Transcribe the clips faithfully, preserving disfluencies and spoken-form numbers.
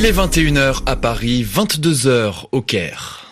Il est vingt et une heures à Paris, vingt-deux heures au Caire.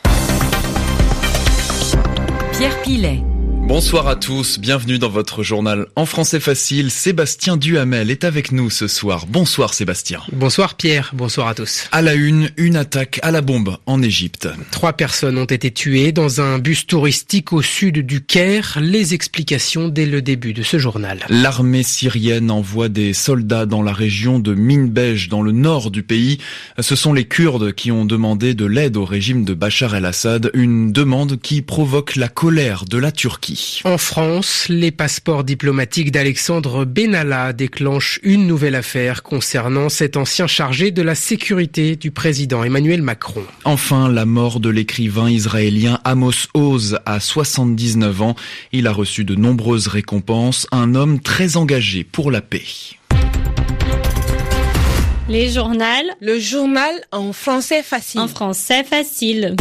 Pierre Pillet. Bonsoir à tous, bienvenue dans votre journal en français facile. Sébastien Duhamel est avec nous ce soir. Bonsoir Sébastien. Bonsoir Pierre, bonsoir à tous. À la une, une attaque à la bombe en Égypte. Trois personnes ont été tuées dans un bus touristique au sud du Caire. Les explications dès le début de ce journal. L'armée syrienne envoie des soldats dans la région de Minbej, dans le nord du pays. Ce sont les Kurdes qui ont demandé de l'aide au régime de Bachar el-Assad, une demande qui provoque la colère de la Turquie. En France, les passeports diplomatiques d'Alexandre Benalla déclenchent une nouvelle affaire concernant cet ancien chargé de la sécurité du président Emmanuel Macron. Enfin, la mort de l'écrivain israélien Amos Oz à soixante-dix-neuf ans. Il a reçu de nombreuses récompenses, un homme très engagé pour la paix. Les journaux. Le journal en français facile. En français facile.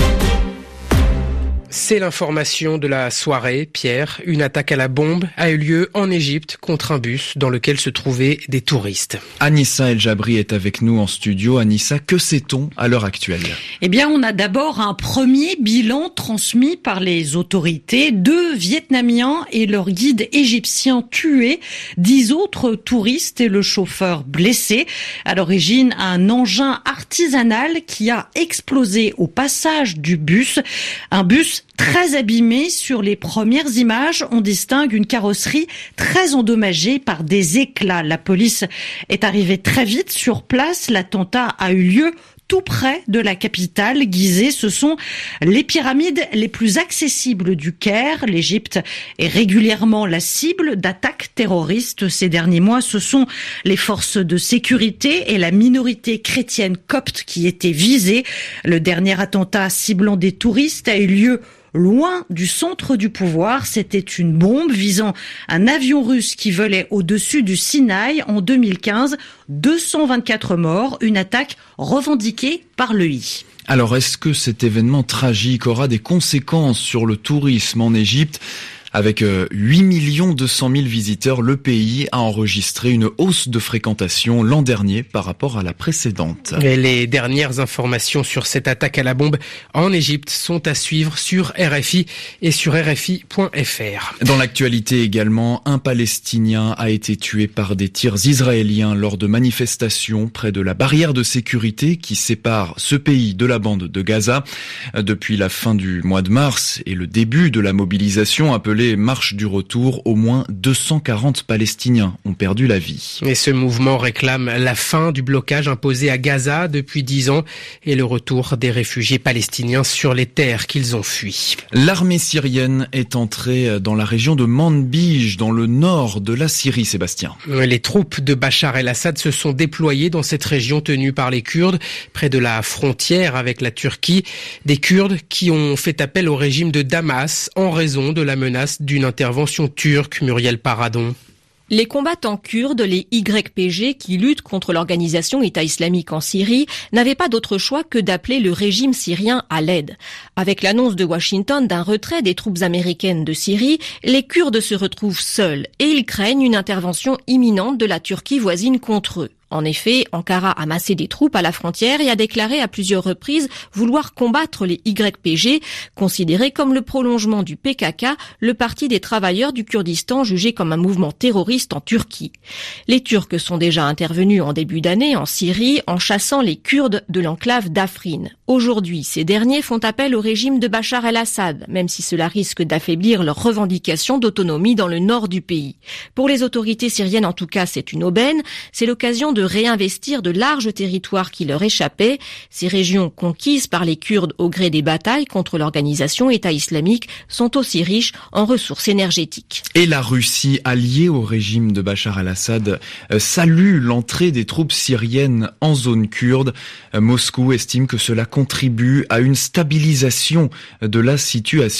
C'est l'information de la soirée, Pierre. Une attaque à la bombe a eu lieu en Égypte contre un bus dans lequel se trouvaient des touristes. Anissa El Jabri est avec nous en studio. Anissa, que sait-on à l'heure actuelle ? Eh bien, on a d'abord un premier bilan transmis par les autorités. Deux Vietnamiens et leur guide égyptien tués, dix autres touristes et le chauffeur blessé. À l'origine, un engin artisanal qui a explosé au passage du bus. Un bus très abîmé. Sur les premières images, on distingue une carrosserie très endommagée par des éclats. La police est arrivée très vite sur place. L'attentat a eu lieu tout près de la capitale, Gizeh. Ce sont les pyramides les plus accessibles du Caire. L'Égypte est régulièrement la cible d'attaques terroristes. Ces derniers mois, ce sont les forces de sécurité et la minorité chrétienne copte qui étaient visées. Le dernier attentat ciblant des touristes a eu lieu loin du centre du pouvoir. C'était une bombe visant un avion russe qui volait au-dessus du Sinaï en deux mille quinze. deux cent vingt-quatre morts, une attaque revendiquée par l'E I. Alors, est-ce que cet événement tragique aura des conséquences sur le tourisme en Égypte ? Avec huit millions deux cent mille visiteurs, le pays a enregistré une hausse de fréquentation l'an dernier par rapport à la précédente. Et les dernières informations sur cette attaque à la bombe en Égypte sont à suivre sur R F I et sur R F I point F R. Dans l'actualité également, un Palestinien a été tué par des tirs israéliens lors de manifestations près de la barrière de sécurité qui sépare ce pays de la bande de Gaza. Depuis la fin du mois de mars et le début de la mobilisation appelée Marche du retour, au moins deux cent quarante Palestiniens ont perdu la vie. Et ce mouvement réclame la fin du blocage imposé à Gaza depuis dix ans et le retour des réfugiés palestiniens sur les terres qu'ils ont fuies. L'armée syrienne est entrée dans la région de Manbij, dans le nord de la Syrie, Sébastien. Les troupes de Bachar el-Assad se sont déployées dans cette région tenue par les Kurdes, près de la frontière avec la Turquie. Des Kurdes qui ont fait appel au régime de Damas en raison de la menace d'une intervention turque. Muriel Paradon. Les combattants kurdes, les Y P G, qui luttent contre l'organisation État islamique en Syrie, n'avaient pas d'autre choix que d'appeler le régime syrien à l'aide. Avec l'annonce de Washington d'un retrait des troupes américaines de Syrie, les Kurdes se retrouvent seuls et ils craignent une intervention imminente de la Turquie voisine contre eux. En effet, Ankara a massé des troupes à la frontière et a déclaré à plusieurs reprises vouloir combattre les Y P G, considérés comme le prolongement du P K K, le parti des travailleurs du Kurdistan jugé comme un mouvement terroriste en Turquie. Les Turcs sont déjà intervenus en début d'année en Syrie en chassant les Kurdes de l'enclave d'Afrin. Aujourd'hui, ces derniers font appel au régime de Bachar el-Assad, même si cela risque d'affaiblir leurs revendications d'autonomie dans le nord du pays. Pour les autorités syriennes, en tout cas, c'est une aubaine. C'est l'occasion de réinvestir de larges territoires qui leur échappaient. Ces régions conquises par les Kurdes au gré des batailles contre l'organisation État islamique sont aussi riches en ressources énergétiques. Et la Russie, alliée au régime de Bachar el-Assad, euh, salue l'entrée des troupes syriennes en zone kurde. Euh, Moscou estime que cela contribue à une stabilisation de la situation.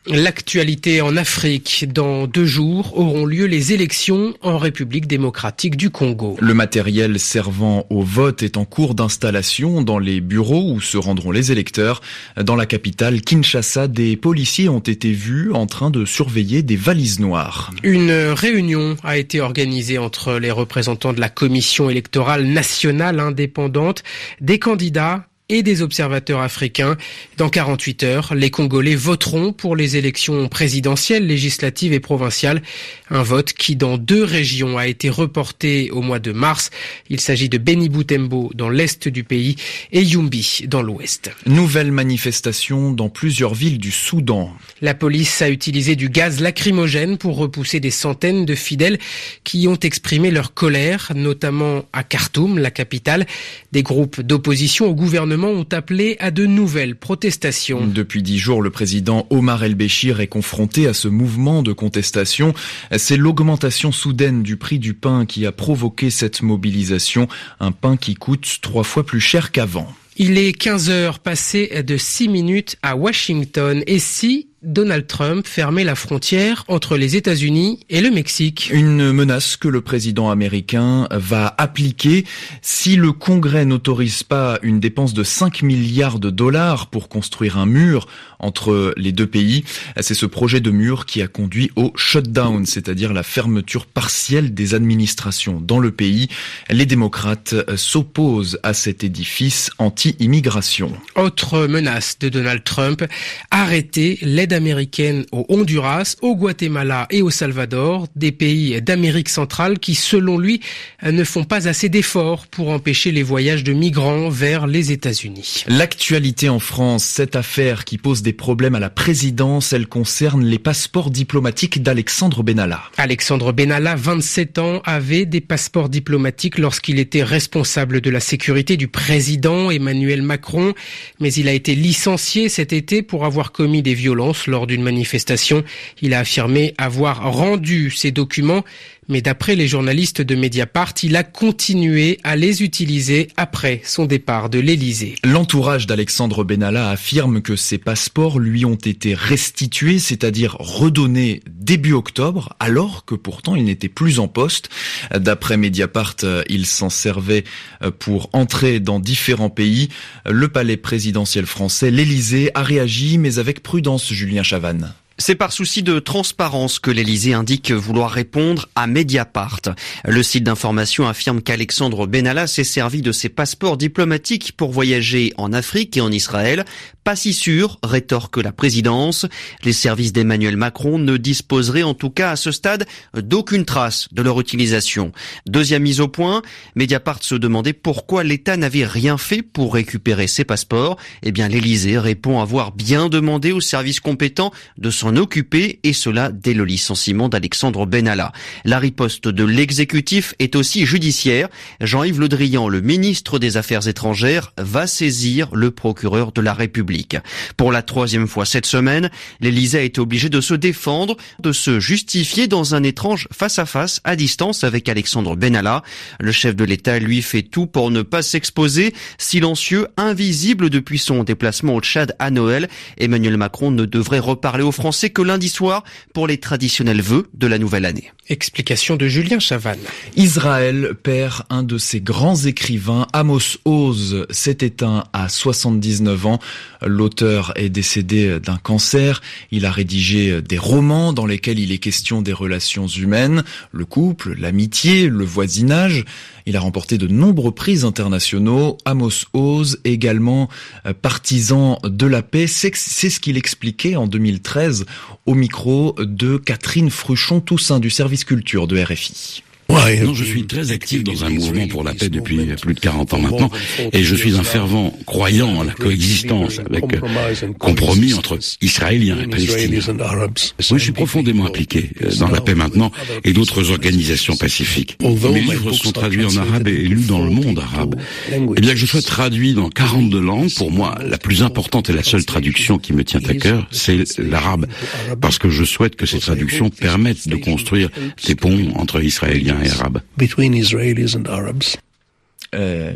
L'actualité en Afrique. Dans deux jours auront lieu les élections en République démocratique du Congo. Le matériel servant au vote est en cours d'installation dans les bureaux où se rendront les électeurs. Dans la capitale, Kinshasa, des policiers ont été vus en train de surveiller des valises noires. Une réunion a été organisée entre les représentants de la Commission électorale nationale indépendante, des candidats et des observateurs africains. Dans quarante-huit heures, les Congolais voteront pour les élections présidentielles, législatives et provinciales. Un vote qui, dans deux régions, a été reporté au mois de mars. Il s'agit de Beni Butembo dans l'est du pays et Yumbi dans l'ouest. Nouvelle manifestation dans plusieurs villes du Soudan. La police a utilisé du gaz lacrymogène pour repousser des centaines de fidèles qui ont exprimé leur colère, notamment à Khartoum, la capitale. Des groupes d'opposition au gouvernement ont appelé à de nouvelles protestations. Depuis dix jours, le président Omar el-Béchir est confronté à ce mouvement de contestation. C'est l'augmentation soudaine du prix du pain qui a provoqué cette mobilisation. Un pain qui coûte trois fois plus cher qu'avant. Il est quinze heures passées de six minutes à Washington. Et si Donald Trump fermait la frontière entre les États-Unis et le Mexique? Une menace que le président américain va appliquer si le Congrès n'autorise pas une dépense de cinq milliards de dollars pour construire un mur entre les deux pays. C'est ce projet de mur qui a conduit au shutdown, c'est-à-dire la fermeture partielle des administrations dans le pays. Les démocrates s'opposent à cet édifice anti-immigration. Autre menace de Donald Trump, arrêter l'aide américaine au Honduras, au Guatemala et au Salvador, des pays d'Amérique centrale qui, selon lui, ne font pas assez d'efforts pour empêcher les voyages de migrants vers les États-Unis. L'actualité en France, cette affaire qui pose des problèmes à la présidence, elle concerne les passeports diplomatiques d'Alexandre Benalla. Alexandre Benalla, vingt-sept ans, avait des passeports diplomatiques lorsqu'il était responsable de la sécurité du président Emmanuel Macron, mais il a été licencié cet été pour avoir commis des violences lors d'une manifestation. Il a affirmé avoir rendu ses documents, mais d'après les journalistes de Mediapart, il a continué à les utiliser après son départ de l'Élysée. L'entourage d'Alexandre Benalla affirme que ses passeports lui ont été restitués, c'est-à-dire redonnés début octobre, alors que pourtant il n'était plus en poste. D'après Mediapart, il s'en servait pour entrer dans différents pays. Le palais présidentiel français, l'Élysée, a réagi, mais avec prudence, Julien Chavannes. C'est par souci de transparence que l'Élysée indique vouloir répondre à Mediapart. Le site d'information affirme qu'Alexandre Benalla s'est servi de ses passeports diplomatiques pour voyager en Afrique et en Israël. Pas si sûr, rétorque la présidence. Les services d'Emmanuel Macron ne disposeraient en tout cas à ce stade d'aucune trace de leur utilisation. Deuxième mise au point, Mediapart se demandait pourquoi l'État n'avait rien fait pour récupérer ses passeports. Eh bien, l'Élysée répond avoir bien demandé aux services compétents de s'en occuper, et cela dès le licenciement d'Alexandre Benalla. La riposte de l'exécutif est aussi judiciaire. Jean-Yves Le Drian, le ministre des Affaires étrangères, va saisir le procureur de la République. Pour la troisième fois cette semaine, l'Élysée a été obligé de se défendre, de se justifier dans un étrange face-à-face à distance avec Alexandre Benalla. Le chef de l'État, lui, fait tout pour ne pas s'exposer. Silencieux, invisible depuis son déplacement au Tchad à Noël, Emmanuel Macron ne devrait reparler aux Français que lundi soir pour les traditionnels vœux de la nouvelle année. Explication de Julien Chavannes. Israël perd un de ses grands écrivains, Amos Oz, s'est éteint à soixante-dix-neuf ans. L'auteur est décédé d'un cancer. Il a rédigé des romans dans lesquels il est question des relations humaines, le couple, l'amitié, le voisinage. Il a remporté de nombreux prix internationaux. Amos Oz, également partisan de la paix, c'est ce qu'il expliquait en deux mille treize au micro de Catherine Fruchon-Toussaint du service culture de R F I. Non, je suis très actif dans un mouvement pour la paix depuis plus de quarante ans maintenant, et je suis un fervent croyant en la coexistence avec compromis entre Israéliens et Palestiniens. Moi, je suis profondément impliqué dans la paix maintenant et d'autres organisations pacifiques. Mes livres sont traduits en arabe et lus dans le monde arabe. Et bien que je sois traduit dans quarante-deux langues, pour moi, la plus importante et la seule traduction qui me tient à cœur, c'est l'arabe, parce que je souhaite que ces traductions permettent de construire des ponts entre Israéliens et Arabes. Euh,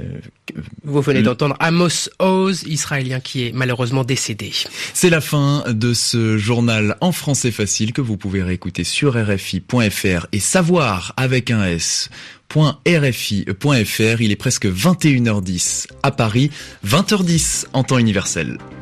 Vous venez d'entendre Amos Oz, israélien qui est malheureusement décédé. C'est la fin de ce journal en français facile que vous pouvez réécouter sur R F I point F R et savoir avec un S. R F I point F R. Il est presque vingt et une heures dix à Paris, vingt heures dix en temps universel.